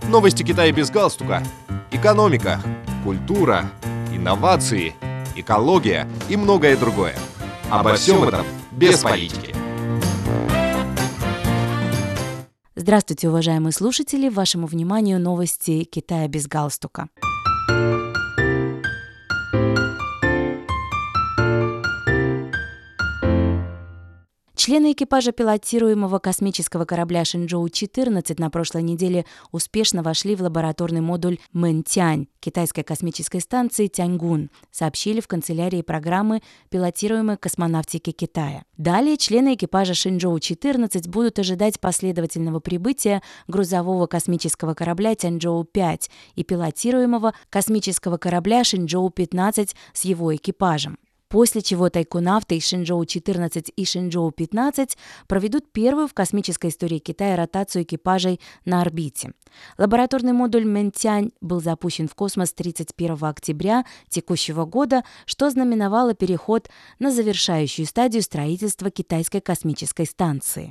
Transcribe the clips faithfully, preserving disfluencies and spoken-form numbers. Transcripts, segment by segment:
Новости Китая без галстука. Экономика, культура, инновации, экология и многое другое. Обо всем этом без политики. Здравствуйте, уважаемые слушатели! Вашему вниманию новости Китая без галстука. Члены экипажа пилотируемого космического корабля Шэньчжоу четырнадцать на прошлой неделе успешно вошли в лабораторный модуль Мэнтянь китайской космической станции Тяньгун, сообщили в канцелярии программы пилотируемой космонавтики Китая. Далее члены экипажа Шэньчжоу четырнадцать будут ожидать последовательного прибытия грузового космического корабля Тяньчжоу пять и пилотируемого космического корабля Шэньчжоу пятнадцать с его экипажем. После чего тайконавты из Шэньчжоу четырнадцать и Шэньчжоу пятнадцать проведут первую в космической истории Китая ротацию экипажей на орбите. Лабораторный модуль Мэнтянь был запущен в космос тридцать первого октября текущего года, что знаменовало переход на завершающую стадию строительства китайской космической станции.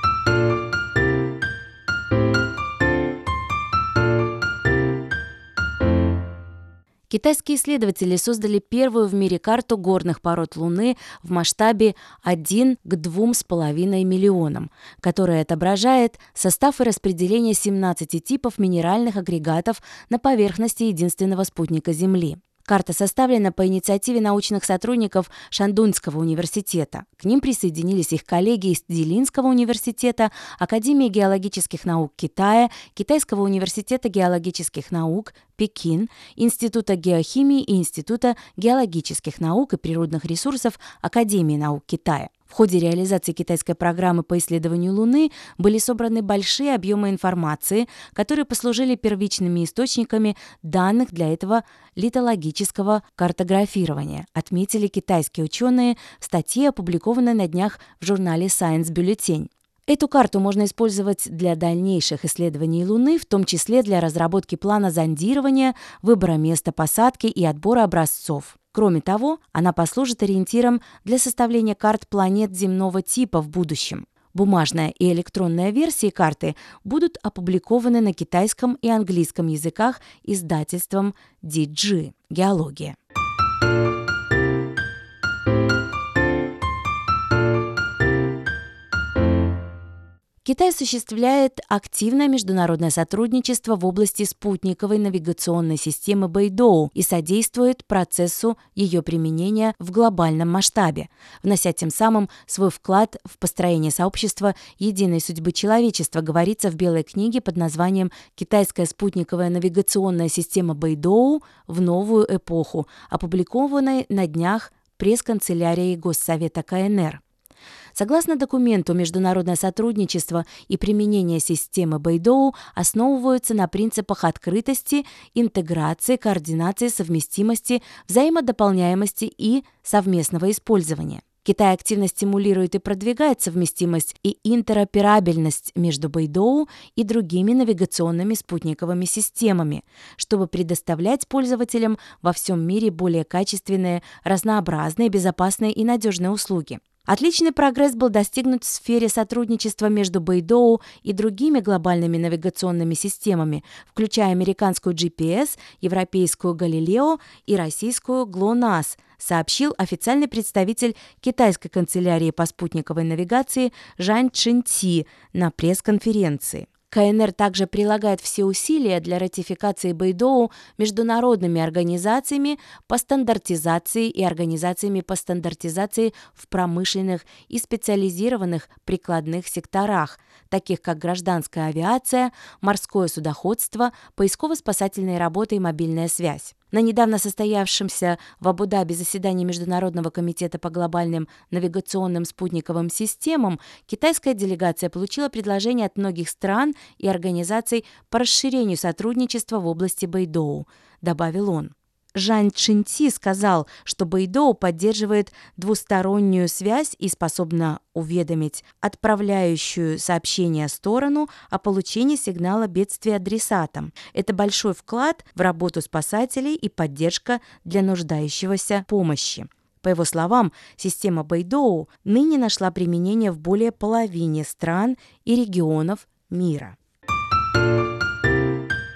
Китайские исследователи создали первую в мире карту горных пород Луны в масштабе один к двум с половиной миллионам, которая отображает состав и распределение семнадцати типов минеральных агрегатов на поверхности единственного спутника Земли. Карта составлена по инициативе научных сотрудников Шандунского университета. К ним присоединились их коллеги из Дилинского университета, Академии геологических наук Китая, Китайского университета геологических наук, Пекин, Института геохимии и Института геологических наук и природных ресурсов Академии наук Китая. В ходе реализации китайской программы по исследованию Луны были собраны большие объемы информации, которые послужили первичными источниками данных для этого литологического картографирования, отметили китайские ученые в статье, опубликованной на днях в журнале Science Bulletin. Эту карту можно использовать для дальнейших исследований Луны, в том числе для разработки плана зондирования, выбора места посадки и отбора образцов. Кроме того, она послужит ориентиром для составления карт планет земного типа в будущем. Бумажная и электронная версии карты будут опубликованы на китайском и английском языках издательством ди джи «Геология». Китай осуществляет активное международное сотрудничество в области спутниковой навигационной системы Бэйдоу и содействует процессу ее применения в глобальном масштабе, внося тем самым свой вклад в построение сообщества единой судьбы человечества, говорится в Белой книге под названием «Китайская спутниковая навигационная система Бэйдоу в новую эпоху», опубликованной на днях пресс-канцелярией Госсовета ка эн эр. Согласно документу, международное сотрудничество и применение системы Бэйдоу основываются на принципах открытости, интеграции, координации, совместимости, взаимодополняемости и совместного использования. Китай активно стимулирует и продвигает совместимость и интероперабельность между Бэйдоу и другими навигационными спутниковыми системами, чтобы предоставлять пользователям во всем мире более качественные, разнообразные, безопасные и надежные услуги. Отличный прогресс был достигнут в сфере сотрудничества между Бэйдоу и другими глобальными навигационными системами, включая американскую джи пи эс, европейскую Галилео и российскую ГЛОНАСС, сообщил официальный представитель китайской канцелярии по спутниковой навигации Жань Чжэньци на пресс-конференции. ка эн эр также прилагает все усилия для ратификации Бэйдоу международными организациями по стандартизации и организациями по стандартизации в промышленных и специализированных прикладных секторах, таких как гражданская авиация, морское судоходство, поисково-спасательные работы и мобильная связь. На недавно состоявшемся в Абу-Даби заседании Международного комитета по глобальным навигационным спутниковым системам китайская делегация получила предложение от многих стран и организаций по расширению сотрудничества в области Бэйдоу, добавил он. Жань Чжэньци сказал, что Бэйдоу поддерживает двустороннюю связь и способна уведомить отправляющую сообщение сторону о получении сигнала бедствия адресатам. Это большой вклад в работу спасателей и поддержка для нуждающегося помощи. По его словам, система Бэйдоу ныне нашла применение в более половине стран и регионов мира.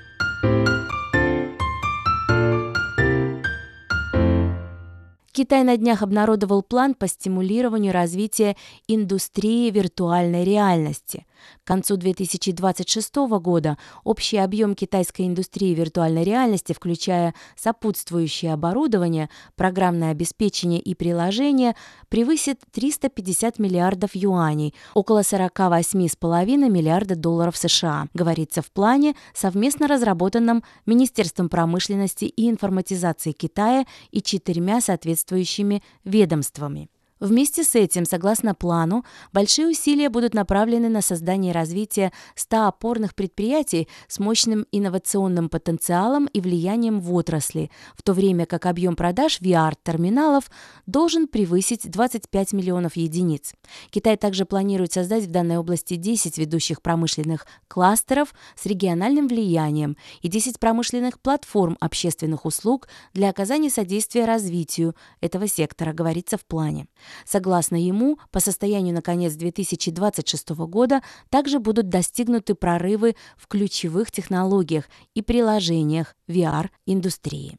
Китай на днях обнародовал план по стимулированию развития индустрии виртуальной реальности. К концу две тысячи двадцать шестого года общий объем китайской индустрии виртуальной реальности, включая сопутствующее оборудование, программное обеспечение и приложения, превысит триста пятьдесят миллиардов юаней, около сорок восемь целых пять десятых миллиарда долларов США, говорится в плане, совместно разработанном Министерством промышленности и информатизации Китая и четырьмя соответствующими ведомствами. Вместе с этим, согласно плану, большие усилия будут направлены на создание и развитие ста опорных предприятий с мощным инновационным потенциалом и влиянием в отрасли, в то время как объем продаж ви ар-терминалов должен превысить двадцать пять миллионов единиц. Китай также планирует создать в данной области десять ведущих промышленных кластеров с региональным влиянием и десять промышленных платформ общественных услуг для оказания содействия развитию этого сектора, говорится в плане. Согласно ему, по состоянию на конец две тысячи двадцать шестого года также будут достигнуты прорывы в ключевых технологиях и приложениях ви ар-индустрии.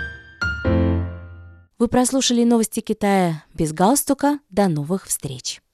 Вы прослушали новости Китая без галстука. До новых встреч!